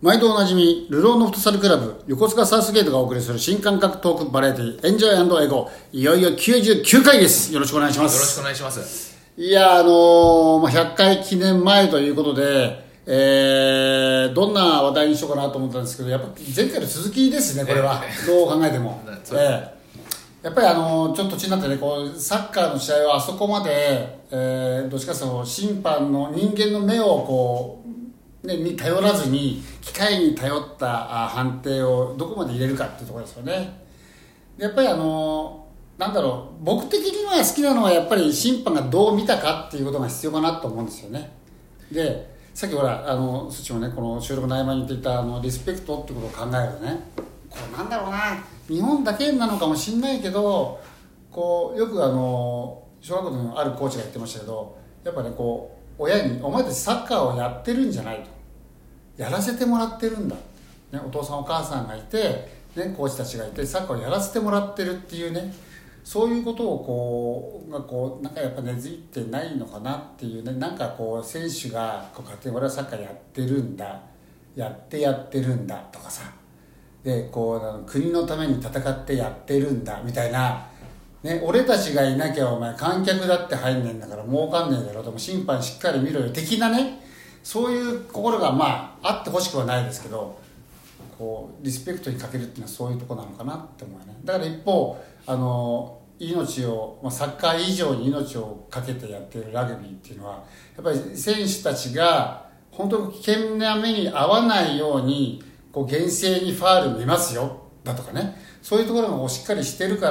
毎度おなじみ、ルローのフットサルクラブ、横須賀サウスゲートがお送りする新感覚トークバラエティ、エンジョイ&エゴ、いよいよ99回です。よろしくお願いします。 よろしくお願いします。 いや、100回記念前ということで、どんな話題にしようかなと思ったんですけど、やっぱ前回の続きですね、これは。どう考えても。やっぱりちょっと気になってね、こうサッカーの試合はあそこまで、どっちかというと審判の人間の目をこう、に頼らずに機械に頼った判定をどこまで入れるかっていうところですよね。やっぱりなんだろう、僕的には好きなのはやっぱり審判がどう見たかっていうことが必要かなと思うんですよね。で、さっきほらそっちもね、この収録の合間に言っていたリスペクトってことを考えるとね、こうなんだろうな、日本だけなのかもしれないけど、こうよく小学校のあるコーチが言ってましたけど、やっぱね、こう親にお前たちサッカーをやってるんじゃないと、やらせてもらってるんだ、ね、お父さんお母さんがいて、ね、コーチたちがいてサッカーをやらせてもらってるっていうね、そういうことをなんかやっぱ根付いてないのかなっていうね。なんかこう選手がこう勝手に俺はサッカーやってるんだ、やってるんだとかさ、でこう国のために戦ってやってるんだみたいな、ね、俺たちがいなきゃお前観客だって入んねえんだから儲かんねえだろうと、も審判しっかり見ろよ的なね、そういう心があってほしくはないですけど、こうリスペクトに欠けるっていうのはそういうところなのかなって思うね。だから一方命を、サッカー以上に命をかけてやっているラグビーっていうのは、やっぱり選手たちが本当に危険な目に遭わないように、こう厳正にファール見ますよだとかね、そういうところがしっかりしてるから、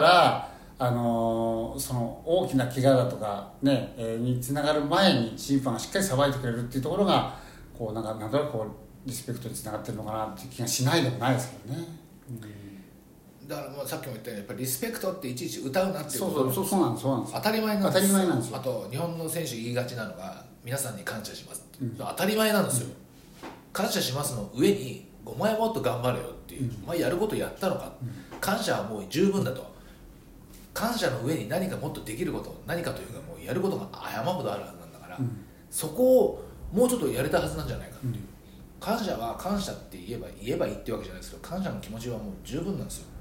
その大きな怪我だとかね、につながる前に審判がしっかりさばいてくれるっていうところが、こうなんとなくこうリスペクトにつながってるのかなっていう気がしないでもないですけどね。 だからさっきも言ったように、やっぱりリスペクトっていちいち歌うなっていうこと、 そうなんです。 当たり前なんです。 当たり前なんですよ。 あと日本の選手言いがちなのが、皆さんに感謝します、当たり前なんですよ、感謝しますの上にお前もっと頑張れよっていう、お前やることやったのか、感謝はもう十分だと、感謝の上に何かもっとできること、何かというかもうやることが山ほどあるはずなんだから、そこをもうちょっとやれたはずなんじゃないかっていう、感謝は感謝って言えばいいってわけじゃないですけど、感謝の気持ちはもう十分なんですよ。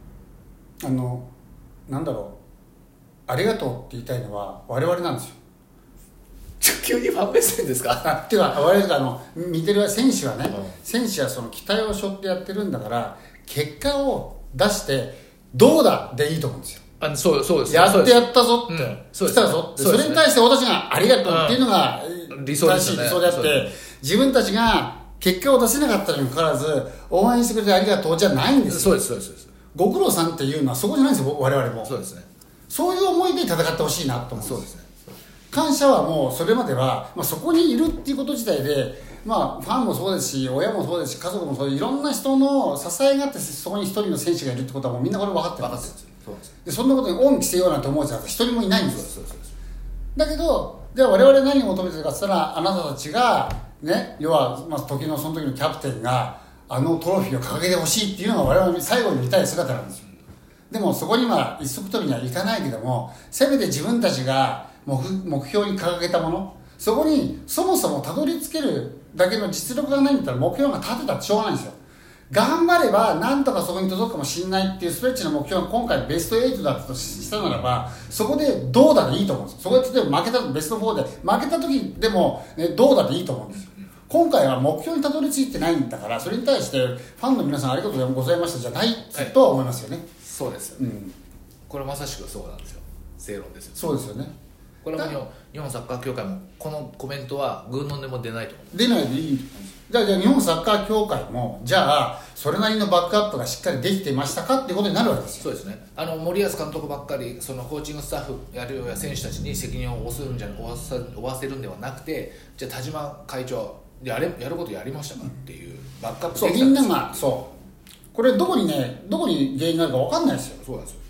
なんだろう、ありがとうって言いたいのは我々なんですよ。 急にファン目線ですか？ っていうか我々が見てる選手はね、選手はその期待を背負ってやってるんだから、結果を出してどうだでいいと思うんですよ。 そうです。 やってやったぞって、来たぞって、それに対して私がありがとうっていうのが理想ですよね。 理想であって、自分たちが結果を出せなかったにもかかわらず応援してくれてありがとうじゃないんですよ。 そうです。 ご苦労さんっていうのはそこじゃないんですよ、我々も。 そうですね。 そういう思いで戦ってほしいなと思うんです。 そうですね。 感謝はもうそれまでは、そこにいるっていうこと自体で、ファンもそうですし、親もそうですし、家族もそうで、いろんな人の支えがあってそこに一人の選手がいるってことはもうみんなこれ分かってるんです。でそんなことに恩着せようなんて思う人は一人もいないんです。だけど、じゃあ我々何を求めてるかって言ったら、あなたたちがね、要はその時のキャプテンがトロフィーを掲げてほしいっていうのが我々最後に見たい姿なんですよ。でもそこには一足飛びにはいかないけども、せめて自分たちが目標に掲げたもの、そこにそもそもたどり着けるだけの実力がないんだったら、目標が立てたってしょうがないんですよ。頑張ればなんとかそこに届くかもしれないっていうストレッチの目標が今回ベスト8だったとしたならば、そこでどうだでいいと思うんですよ。そこで例えば負けたベスト4で負けた時でも、どうだでいいと思うんですよ。今回は目標にたどり着いてないんだから、それに対してファンの皆さんありがとうございましたじゃないとは思いますよね。 そうですよ、これまさしくそうなんですよ。正論ですよ。 そうですよね。 これも日本サッカー協会もこのコメントは群の音も出ないと思う。 出ないでいいと思うんです。じゃあ日本サッカー協会もじゃあそれなりのバックアップがしっかりできてましたかっていうことになるわけですよ。 そうですね。森保監督ばっかりそのコーチングスタッフやるや選手たちに責任を負わせるんではなくて、じゃあ田島会長やることやりましたかっていうバックアップできたんですよ。 みんながこれどこに原因があるか分かんないですよ。 そうなんですよ。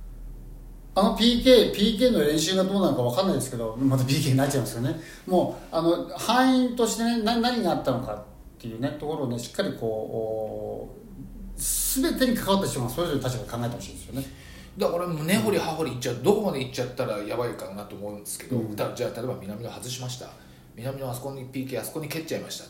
PK の練習がどうなのか分かんないですけど、また PK になっちゃいますよね。もう敗因としてね、何があったのかっていうねところをね、しっかり全てに関わった人がそれぞれ立場で考えてほしいですよね。 だから根掘り葉掘りいっちゃう、どこまでいっちゃったらやばいかなと思うんですけど、じゃあ例えば南野外しました、南野あそこに PK あそこに蹴っちゃいました、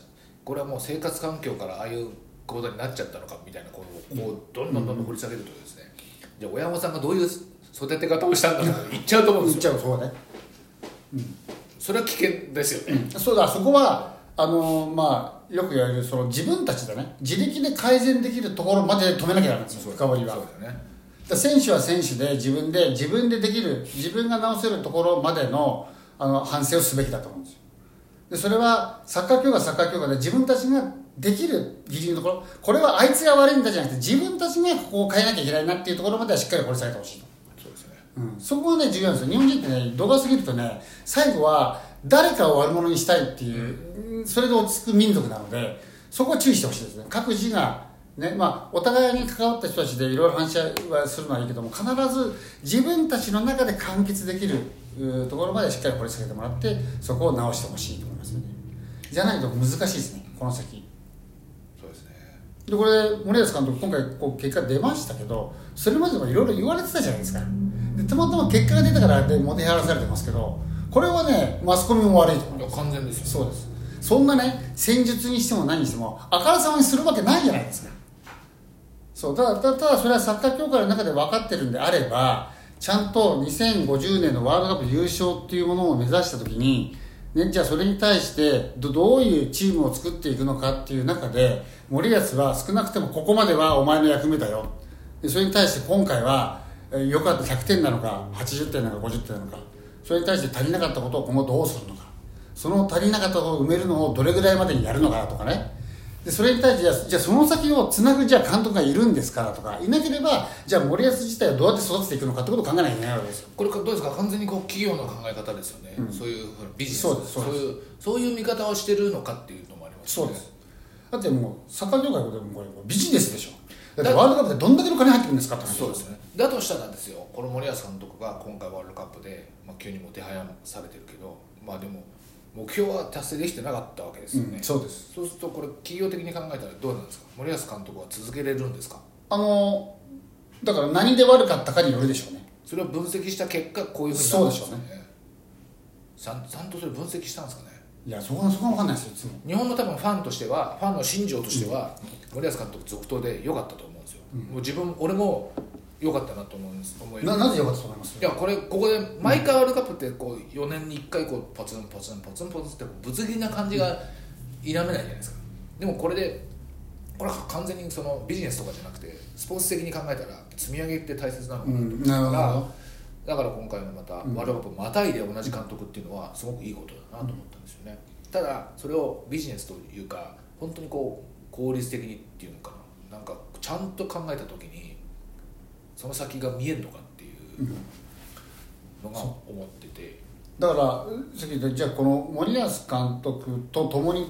これはもう生活環境からああいう行動になっちゃったのかみたいなことをこうどんどん掘り下げるとですね、じゃあ親御さんがどういう育て方をしたんだろうって言っちゃうと思うんですよ。 言っちゃう、そうね、 それは危険ですよね、 そうだ、そこはよく言われるその自分たちでね、自力で改善できるところまで止めなきゃダメなんですよ、深掘りは。 そうだよね。 だ選手は選手で自分でできる、自分が直せるところまでの反省をすべきだと思うんですよ。でそれはサッカー協会で自分たちができるギリギリのところ、これはあいつが悪いんだじゃなくて、自分たちがここを変えなきゃいけないなっていうところまではしっかり掘り下げてほしいと。 そうですね、 そこがね重要なんですよ。日本人ってね、度が過ぎるとね、最後は誰かを悪者にしたいっていう、それで落ち着く民族なので、そこは注意してほしいですね。各自がね、お互いに関わった人たちでいろいろ話し合いはするのはいいけども、必ず自分たちの中で完結できるところまでしっかり掘り下げてもらって、そこを直してほしいと思いますよね。じゃないと難しいですね、この先。 そうですね。 でこれ森保監督今回結果出ましたけど、それまでもいろいろ言われてたじゃないですか。でたまたま結果が出たからでもてはらされてますけど、これはねマスコミも悪いと思います。 完全ですよ。 そうです。そんなね戦術にしても何にしてもあからさまにするわけないじゃないですか。そうただそれはサッカー協会の中で分かってるんであれば、ちゃんと2050年のワールドカップ優勝っていうものを目指した時に、ね、じゃあそれに対してどういうチームを作っていくのかっていう中で、森保は少なくてもここまではお前の役目だよ、でそれに対して今回は良かった100点なのか80点なのか50点なのか、それに対して足りなかったことを今後どうするのか、その足りなかったことを埋めるのをどれぐらいまでにやるのかとかね。でそれに対してじゃあその先をつなぐじゃあ監督がいるんですからとか、いなければじゃあ森保自体をどうやって育てていくのかってことを考えなきゃいけないわけですよ。 これどうですか、完全に企業の考え方ですよね、そういうビジネス、そういう見方をしてるのかっていうのもありますよね。 そうです。だってもうサッカー業界でもこれビジネスでしょ。だってワールドカップでどんだけの金入ってるんですかって話。 そうですね。だとしたらですよ、この森保監督が今回ワールドカップで、急にもてはやされてるけど、でも目標は達成できてなかったわけですよね、 そうです。 そうするとこれ企業的に考えたらどうなんですか、森保監督は続けれるんですか。 だから何で悪かったかによるでしょうね。 それを分析した結果こういうふうになるんですよね。ちゃんとそれ分析したんですかね。 いやそこは分かんないですよ。いつも日本の多分ファンとしては、ファンの心情としては、森保監督続投で良かったと思うんですよ、もう俺も良かったなと思うんです。 なぜ良かったと思います？ いやここで毎回ワールドカップって4年に1回ポツンポツンポツンポツンってぶつ切りな感じが否めないじゃないですか。でもこれは完全にそのビジネスとかじゃなくてスポーツ的に考えたら積み上げって大切なのかなと、だから今回のまたワールドカップまたいで同じ監督っていうのはすごくいいことだなと思ったんですよね。ただそれをビジネスというか本当に効率的にっていうのかな、なんかちゃんと考えた時にその先が見えるのかっていうのが思ってて、 だからさっき言ったじゃあこの森保監督と共に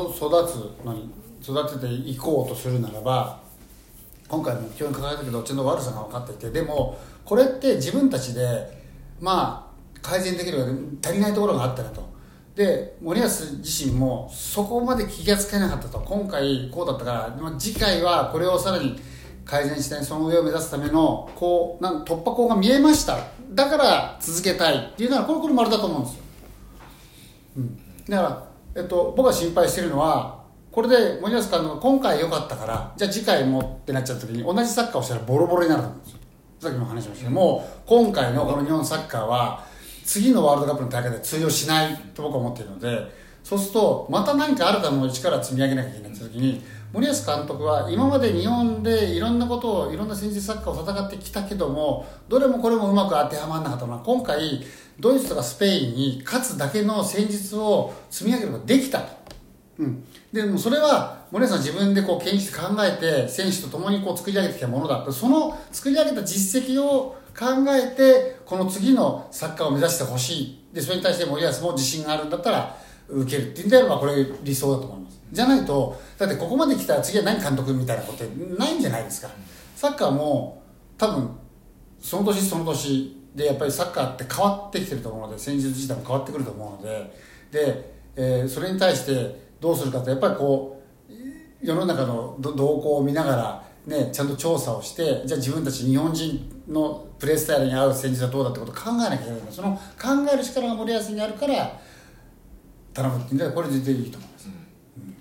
育てていこうとするならば、今回目標に掲げたけどちゃんと悪さが分かっていて、でもこれって自分たちで改善できる足りないところがあったなと。で森保自身もそこまで気がつけなかったと。今回こうだったから次回はこれをさらに改善してその上を目指すための突破口が見えました、だから続けたいっていうのはこれ丸だと思うんですよ、だから、僕が心配してるのはこれで森保監督が今回良かったからじゃあ次回もってなっちゃった時に同じサッカーをしたらボロボロになると思うんですよ。さっきも話しましたけど、もう今回のこの日本サッカーは次のワールドカップの大会で通用しないと僕は思っているので、そうするとまた何か新たな力を積み上げなきゃいけないという時に、森保監督は今まで日本でいろんなことをいろんな戦術サッカーを戦ってきたけども、どれもこれもうまく当てはまらなかったのは、今回ドイツとかスペインに勝つだけの戦術を積み上げることができたと、でもそれは森保さん自分で研究して考えて選手と共に作り上げてきたものだと。その作り上げた実績を考えてこの次のサッカーを目指してほしい。でそれに対して森保も自信があるんだったら受けるっていうんであればこれ理想だと思います。じゃないとだってここまで来たら次は何監督みたいなことってないんじゃないですか。サッカーも多分その年その年でやっぱりサッカーって変わってきてると思うので、戦術自体も変わってくると思うので、それに対してどうするかってやっぱり世の中の動向を見ながらちゃんと調査をして、じゃあ自分たち日本人のプレースタイルに合う戦術はどうだってことを考えなきゃいけない。その考える力が森保にあるから頼むっていうんでこれでいいと思います。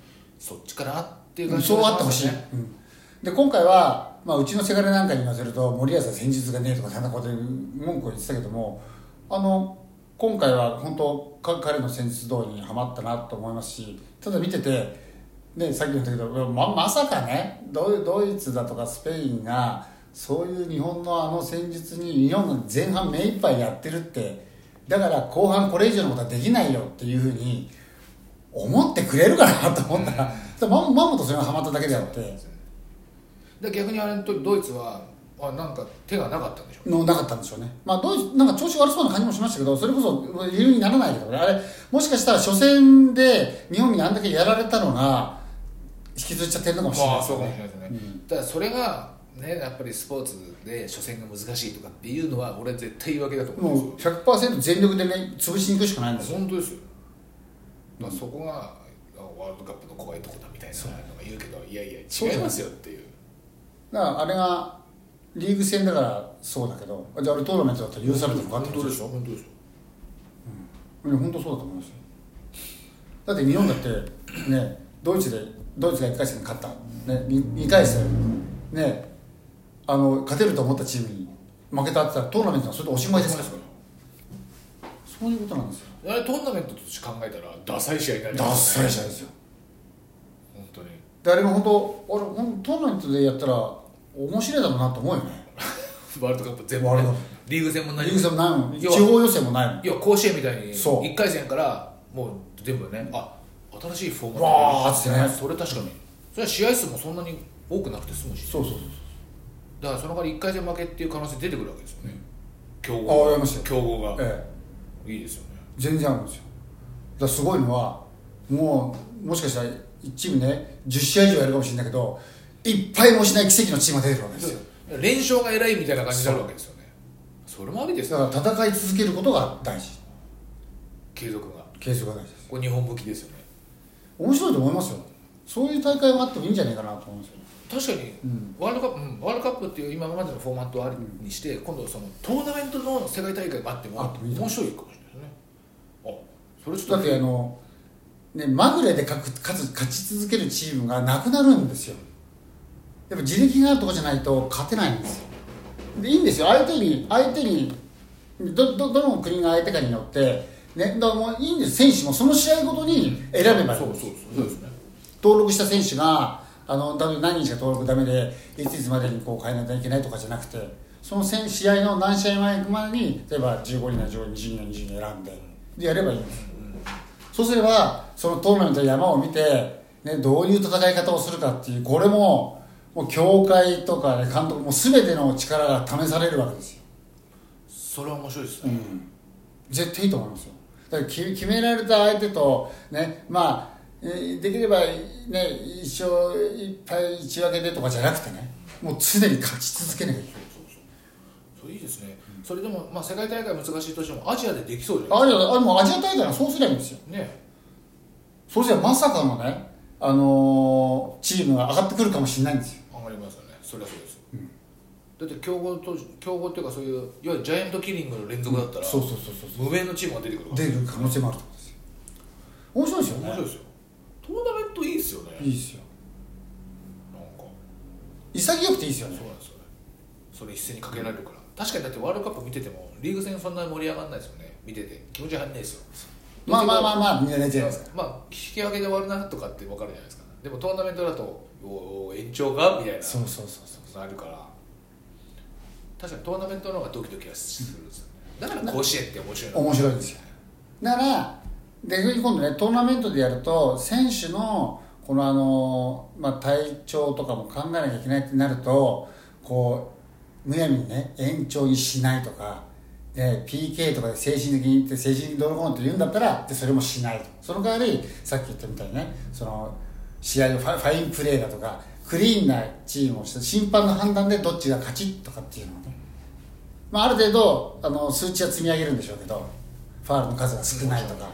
そっちかなっていう感じそうがあってほしい、 しますね。 で今回は、うちのせがれなんかに言わせると森保は戦術がねえとかそんなことで文句を言ってたけども、今回は本当彼の戦術通りにはまったなと思いますし、ただ見てて、ね、さっき言ったけど まさかねドイツだとかスペインがそういう日本の戦術に日本が前半目いっぱいやってるって、だから後半これ以上のことはできないよっていうふうに思ってくれるかなと思ったら、まんまとそれがハマっただけであって、 で逆にドイツはなんか手がなかったんでしょうなかったんでしょうね。ドイツなんか調子悪そうな感じもしましたけど、それこそ理由にならないけどね、あれもしかしたら初戦で日本にあんだけやられたのが引きずっちゃってるのかもしれないですよね。 そうかもしれないですね、ただそれがね、やっぱりスポーツで初戦が難しいとかっていうのは俺は絶対言い訳だと思うんですよ。 もう 100% 全力でね潰しに行くしかないんですよ。 本当ですよ。だからそこがワールドカップの怖いとこだみたいなのが言うけど、いやいや違いますよっていう。 だからあれがリーグ戦だからそうだけど、じゃああれトーナメントだったら許されてるのかってことでしょ。 本当ですよ。 本当そうだと思いますよ。だって日本だってね、ドイツが1回戦に勝った、ね、2回戦ね、勝てると思ったチームに負けたって言ったらトーナメントはそれとおしまいですから。そういうことなんですよ。 あれトーナメントとして考えたらダサい試合になりダますね。 サい試合ですよ。 本当に。 であれも本当トーナメントでやったら面白いだろうなと思うよね。 ワールドカップ全部、 ワールドリーグ戦もないリーグ戦もないもん、地方予選もないもん。 いや甲子園みたいにそう 1回戦からもう全部ね、新しいフォーマットわーってね、 それ確かにそれは試合数もそんなに多くなくて済むし、 そうだからその代わり1回戦負けっていう可能性出てくるわけですよね、強あ豪りますよ強豪が、 いいいですよね。 全然あるんですよ。だからすごいのはもしかしたら1チームね10試合以上やるかもしれないけど、いっぱいもしない奇跡のチームが出てくるわけですよ。 連勝が偉いみたいな感じになるわけですよね。それもありですよ。 だから戦い続けることが大事。 継続が継続が大事です。 これ日本武器ですよね。 面白いと思いますよ。そういう大会があってもいいんじゃないかなと思うんですよ。 確かに、ワールドカップっていう今までのフォーマットをありにして、今度そのトーナメントの世界大会があっても面白いかもしれないですね。それちょっとだってまぐれで勝ち続けるチームがなくなるんですよ。やっぱ地力があるとこじゃないと勝てないんですよ。でいいんですよ、相手にどの国が相手かによってね、だからもういいんです。選手もその試合ごとに選べばいい。 そうですね。 登録した選手が何人しか登録ダメでいつまでに変えないといけないとかじゃなくて、その試合の何試合前までに例えば15人なら15人、20人なら20人選んでやればいいんです。そうすればそのトーナメントの山を見て、ね、どういう戦い方をするかっていう、これもう協会とか、ね、監督も全ての力が試されるわけですよ。 それは面白いですね、 絶対いいと思いますよ。だから決められた相手とね、できればね一勝いっぱい1分けでとかじゃなくてね、もう常に勝ち続けなきゃいけない。 そういいですね。それでも世界大会難しいとしてもアジアでできそうじゃないですか。もうアジア大会はそうすればいいんですよね。 そうすればまさかのね、チームが上がってくるかもしれないんですよ。 上がりますよね。それはそうです、だって強豪っていうか、そういういわゆるジャイアントキリングの連続だったら、無名のチームが出てくる可能性もあると思うんですよ。面白いですよね。 面白いですよ。トーナメントいいですよね。 いいですよ。 なんか潔くていいですよね。 そうなんですよね。それ一斉にかけられるから。確かにだってワールドカップ見ててもリーグ戦そんなに盛り上がらないですよね。見てて気持ち入んないですよ。 みんなねじゃないですか。 引き分けで終わるなとかって分かるじゃないですか。でもトーナメントだと延長がみたいなそうあるから、確かにトーナメントの方がドキドキはするんですよね。だから甲子園って面白いの。 面白いですよ。だから逆に今度ね、トーナメントでやると選手のこの体調とかも考えなきゃいけないってなると、むやみにね延長にしないとか、PK とかで精神的にどうのこうのって言うんだったらそれもしないと。その代わりさっき言ったみたいにね、その試合のファインプレーだとかクリーンなチームをして審判の判断でどっちが勝ちとかっていうのをね、ある程度数値は積み上げるんでしょうけど、ファウルの数が少ないとか、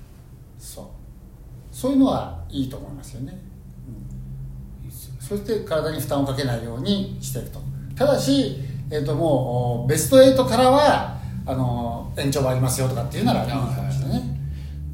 そういうのはいいと思いますよね。 いいですよね。 そして体に負担をかけないようにしていくと。ただし、もうベスト8からは延長もありますよとかっていうならいいかもしれないね。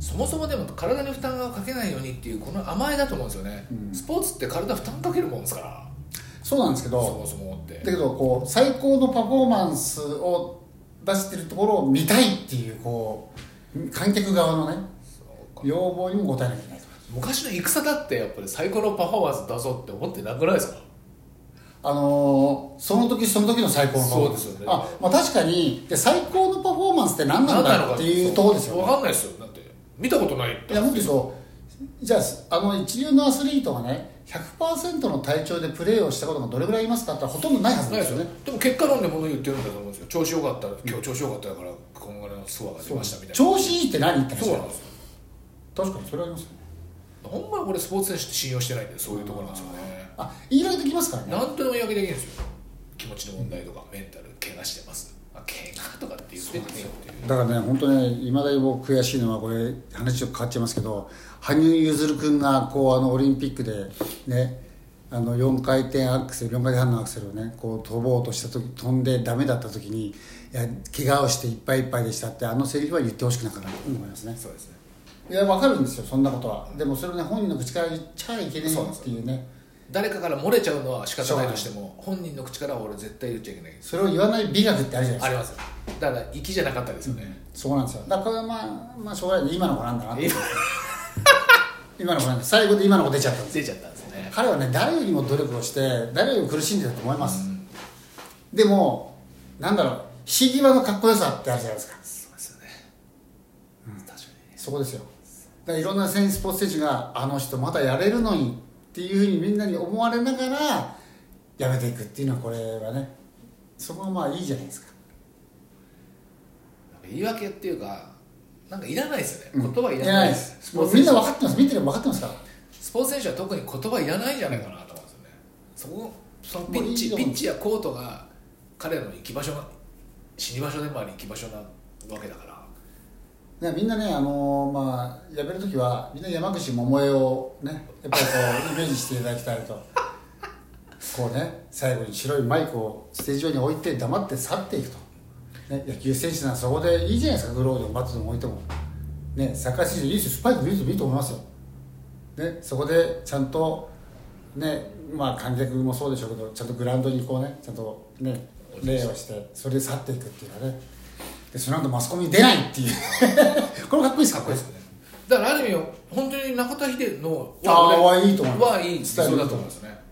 そもそもでも体に負担がかけないようにっていうこの甘えだと思うんですよね、スポーツって体負担かけるもんですから。 そうなんですけど、 そもそもってだけどこう最高のパフォーマンスを出してるところを見たいっていうこう観客側のね要望にも応えなきゃいけないと。 昔の戦だってやっぱり最高のパフォーマンス出そうって思ってなくないですか？ その時その時の最高のパフォーマンス。 そうですよね。 まあ確かにで最高のパフォーマンスって何なんだっていうところですよね。 分かんないですよ。だって見たことないって。 いやもっとそうじゃあ一流のアスリートがね 100% の体調でプレーをしたことがどれぐらいいますかって言ったらほとんどないはずなんですよね。 でも結果論で物言ってるんだと思うんですよ。調子良かった、今日調子良かったからこんぐらいのスコアが出ましたみたいな。 調子いいって何って話。 そうなんですよ。 確かにそれありますよね。 ほんまに俺スポーツ選手って信用してないんで、そういうところなんですよね。 言い訳できますからね。 なんとでも言い訳できるんですよ。気持ちの問題とかメンタル怪我してます、怪我とかって言っててねよっていう。 だからね本当ね今だに僕悔しいのはこれ話ちょっと変わっちゃいますけど、羽生結弦君がこうオリンピックでね4回転アクセル4回転半のアクセルをねこう飛ぼうとした時飛んでダメだった時にいや怪我をしていっぱいいっぱいでしたってセリフは言ってほしくなかったと思いますね。 そうですね。 いや分かるんですよそんなことは。でもそれをね本人の口から言っちゃいけないっていうね。 誰かから漏れちゃうのは仕方ないとしても本人の口からは俺絶対言っちゃいけない。 それを言わない美学ってあるじゃないですか。 あります。だから粋じゃなかったですよね、 そうなんですよ。だからこれはまあしょうがない今の子なんだなって今の子なんで最後で今の子出ちゃったんです。 出ちゃったんですね。 彼はね誰よりも努力をして誰よりも苦しんでたと思います、でもなんだろう引き際のかっこよさってあるじゃないですか。 そうですよね、確かにそこですよ。だからいろんなスポーツ選手があの人まだやれるのにっていうふうにみんなに思われながらやめていくっていうのはこれはねそこはまあいいじゃないですか。 言い訳っていうかなんかいらないですよね、言葉いらないです。 もうみんな分かってます。見てれば分かってますから。 スポーツ選手は特に言葉いらないんじゃないかなと思うんですよね。そのピッチやコートが彼らの行き場所が死に場所でもあり行き場所なわけだから。 みんなねやめるときはみんな山口百恵をねやっぱりこうイメージしていただきたいとこうね最後に白いマイクをステージ上に置いて黙って去っていくと、ね、野球選手ならそこでいいじゃないですか。グローブでもバットでも置いても、ね、サッカー選手いいですよ。スパイクでもいいと思いますよ、ね、そこでちゃんとね観客もそうでしょうけどちゃんとグラウンドにこうねちゃんとね礼をしてそれで去っていくっていうかね。でその後マスコミに出ないっていうこれかっこいいです。かっこいいですね。 だからある意味本当に中田秀のはいいと思います。 はいいスタイルだと思いますね。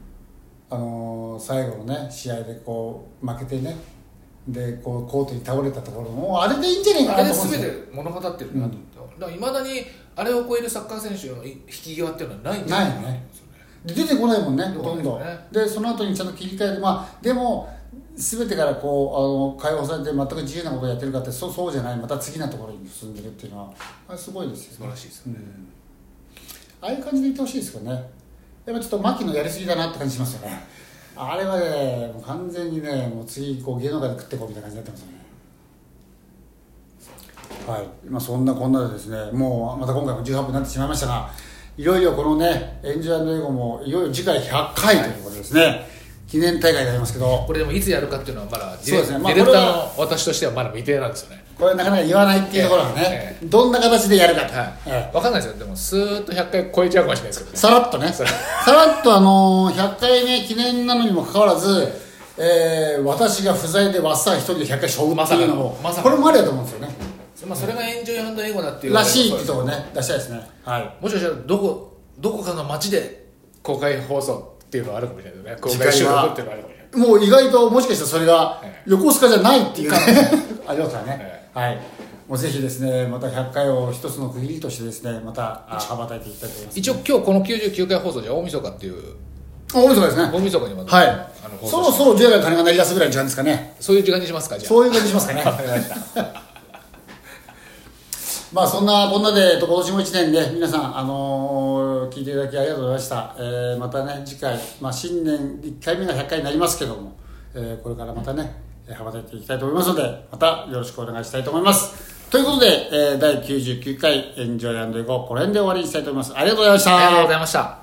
最後のね試合でこう負けてねでこうコートに倒れたところもあれでいいんじゃないかなと思うんですよ。 あれで全て物語ってるなと思った、だからいまだにあれを超えるサッカー選手の引き際っていうのはないんじゃないかなと思うんですよね。 で出てこないもんねほとんどね。 でその後にちゃんと切り替えてでも全てからこう解放されて全く自由なことをやってるかってそうじゃない。また次のところに進んでるっていうのはあれすごいですよね。 素晴らしいですよね、 ああいう感じでいってほしいですよね。やっぱちょっと牧のやりすぎだなって感じしますよね。あれはねもう完全にねもう次芸能界で食っていこうみたいな感じになってますよね。はい、そんなこんなでですねもうまた今回も18分になってしまいましたがいよいよこのねエンジョイ&エゴもいよいよ次回100回ということですね、記念大会がありますけどこれでもいつやるかっていうのはまだそうですね、 ディレクターの私としてはまだ未定なんですよね。 これなかなか言わないっていうところがね、どんな形でやるかと、 分かんないですよ。でもスーッと100回超えちゃうかもしれないですけどね。 さらっとねさらっと100回目記念なのにもかかわらず、私が不在でわっさ一人で100回勝負っていうのも、これもありだと思うんですよね。 それがエンジョイ&エゴだっていうらしいっていうところね出したいですね。はい、 もしかしたらどこかの街で公開放送っていうのはあるかもしれないですね。公開収録っていうのはあるかもしれない。 もう意外ともしかしたらそれが横須賀じゃないっていうねありますからね、はい、もうぜひですねまた100回を一つの区切りとしてですねまた羽ばたいていきたいと思います、ね、 一応今日この99回放送じゃ大晦日っていう大晦日ですね。 大晦日にまた、 はい、そろそろ従来の鐘が鳴り出すぐらいの時間ですかね。 そういう時間にしますか。じゃあそういう感じしますかねわかりましたそんなこんなで今年も1年で皆さん、聞いていただきありがとうございました、またね次回、新年1回目が100回になりますけども、これからまたね羽ばたいていきたいと思いますのでまたよろしくお願いしたいと思います。ということで、第99回エンジョイ&エゴこの辺で終わりにしたいと思います。ありがとうございました。 ありがとうございました。